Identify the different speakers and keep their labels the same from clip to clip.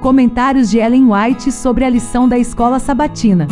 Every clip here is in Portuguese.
Speaker 1: Comentários de Ellen White sobre a lição da Escola Sabatina.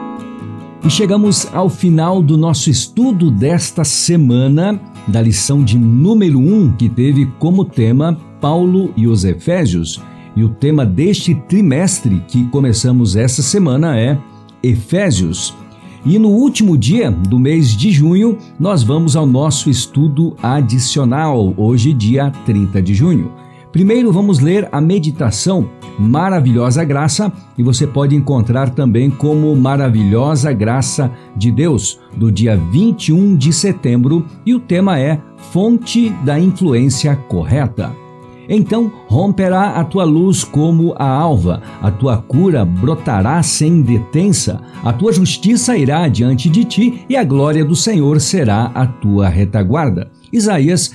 Speaker 2: E chegamos ao final do nosso estudo desta semana, da lição de número 1, que teve como tema Paulo e os Efésios. E o tema deste trimestre que começamos essa semana é Efésios. E no último dia do mês de junho, nós vamos ao nosso estudo adicional, hoje dia 30 de junho. Primeiro vamos ler a meditação Maravilhosa Graça, e você pode encontrar também como Maravilhosa Graça de Deus, do dia 21 de setembro, e o tema é Fonte da Influência Correta. Então romperá a tua luz como a alva, a tua cura brotará sem detença, a tua justiça irá diante de ti e a glória do Senhor será a tua retaguarda. Isaías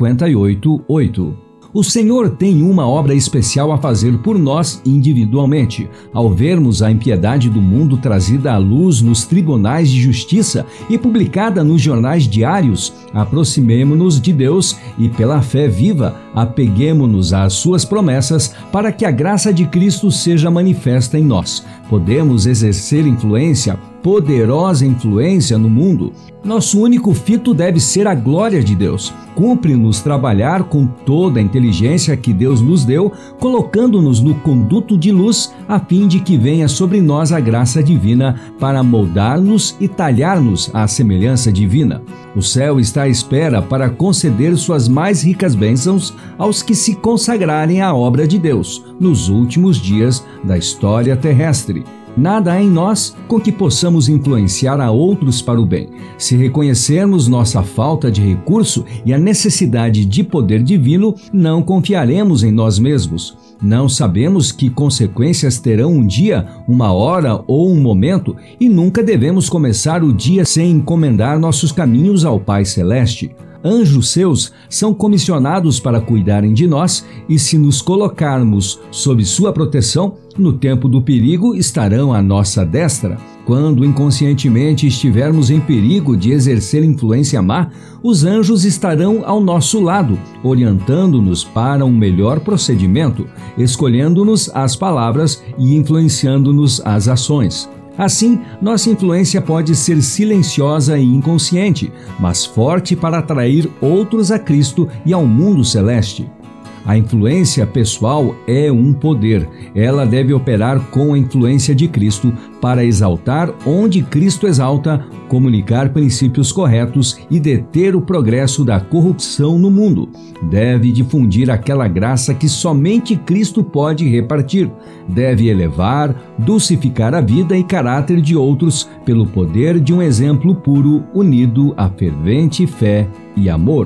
Speaker 2: 58:8. O Senhor tem uma obra especial a fazer por nós individualmente. Ao vermos a impiedade do mundo trazida à luz nos tribunais de justiça e publicada nos jornais diários, aproximemo-nos de Deus e, pela fé viva, apeguemo-nos às suas promessas para que a graça de Cristo seja manifesta em nós. Podemos exercer influência, poderosa influência no mundo. Nosso único fito deve ser a glória de Deus. Cumpre-nos trabalhar com toda a inteligência que Deus nos deu, colocando-nos no conduto de luz, a fim de que venha sobre nós a graça divina para moldar-nos e talhar-nos à semelhança divina. O céu está à espera para conceder suas mais ricas bênçãos aos que se consagrarem à obra de Deus nos últimos dias da história terrestre. Nada há em nós com que possamos influenciar a outros para o bem. Se reconhecermos nossa falta de recurso e a necessidade de poder divino, não confiaremos em nós mesmos. Não sabemos que consequências terão um dia, uma hora ou um momento, e nunca devemos começar o dia sem encomendar nossos caminhos ao Pai Celeste. Anjos seus são comissionados para cuidarem de nós e, se nos colocarmos sob sua proteção, no tempo do perigo estarão à nossa destra. Quando inconscientemente estivermos em perigo de exercer influência má, os anjos estarão ao nosso lado, orientando-nos para um melhor procedimento, escolhendo-nos as palavras e influenciando-nos as ações. Assim, nossa influência pode ser silenciosa e inconsciente, mas forte para atrair outros a Cristo e ao mundo celeste. A influência pessoal é um poder. Ela deve operar com a influência de Cristo para exaltar onde Cristo exalta, comunicar princípios corretos e deter o progresso da corrupção no mundo. Deve difundir aquela graça que somente Cristo pode repartir. Deve elevar, dulcificar a vida e caráter de outros pelo poder de um exemplo puro, unido à fervente fé e amor.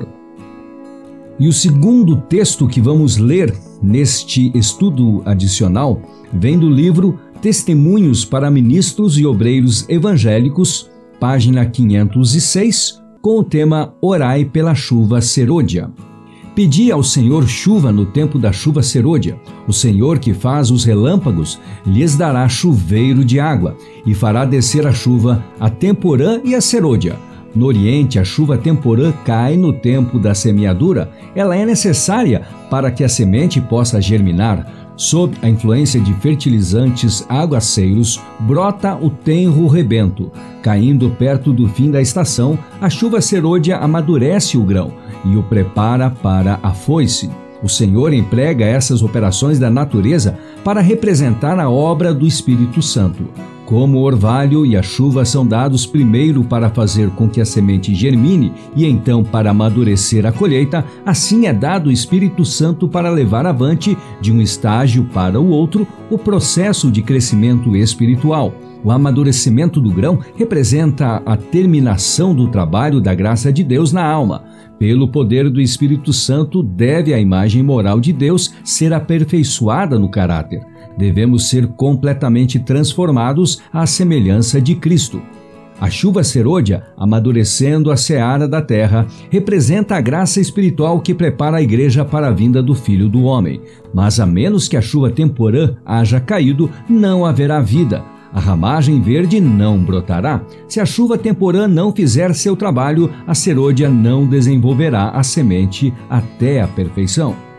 Speaker 2: E o segundo texto que vamos ler neste estudo adicional vem do livro Testemunhos para Ministros e Obreiros Evangélicos, página 506, com o tema Orai pela chuva serôdia. Pedi ao Senhor chuva no tempo da chuva serôdia. O Senhor que faz os relâmpagos lhes dará chuveiro de água e fará descer a chuva, a temporã e a serôdia. No Oriente, a chuva temporã cai no tempo da semeadura. Ela é necessária para que a semente possa germinar. Sob a influência de fertilizantes aguaceiros, brota o tenro rebento. Caindo perto do fim da estação, a chuva serôdia amadurece o grão e o prepara para a foice. O Senhor emprega essas operações da natureza para representar a obra do Espírito Santo. Como o orvalho e a chuva são dados primeiro para fazer com que a semente germine e então para amadurecer a colheita, assim é dado o Espírito Santo para levar avante, de um estágio para o outro, o processo de crescimento espiritual. O amadurecimento do grão representa a terminação do trabalho da graça de Deus na alma. Pelo poder do Espírito Santo, deve a imagem moral de Deus ser aperfeiçoada no caráter. Devemos ser completamente transformados à semelhança de Cristo. A chuva serôdia, amadurecendo a seara da terra, representa a graça espiritual que prepara a igreja para a vinda do Filho do Homem. Mas a menos que a chuva temporã haja caído, não haverá vida. A ramagem verde não brotará. Se a chuva temporã não fizer seu trabalho, a serôdia não desenvolverá a semente até a perfeição.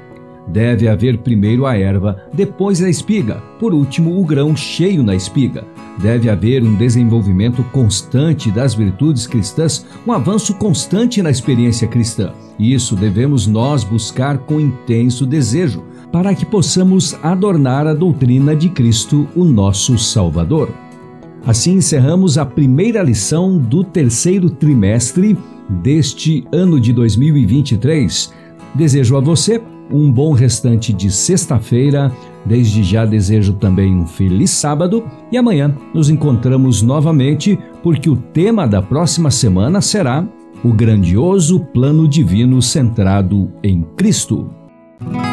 Speaker 2: Deve haver primeiro a erva, depois a espiga, por último o grão cheio na espiga. Deve haver um desenvolvimento constante das virtudes cristãs, um avanço constante na experiência cristã. Isso devemos nós buscar com intenso desejo, para que possamos adornar a doutrina de Cristo, o nosso Salvador. Assim encerramos a primeira lição do terceiro trimestre deste ano de 2023. Desejo a você um bom restante de sexta-feira. Desde já desejo também um feliz sábado e amanhã nos encontramos novamente, porque o tema da próxima semana será o grandioso plano divino centrado em Cristo.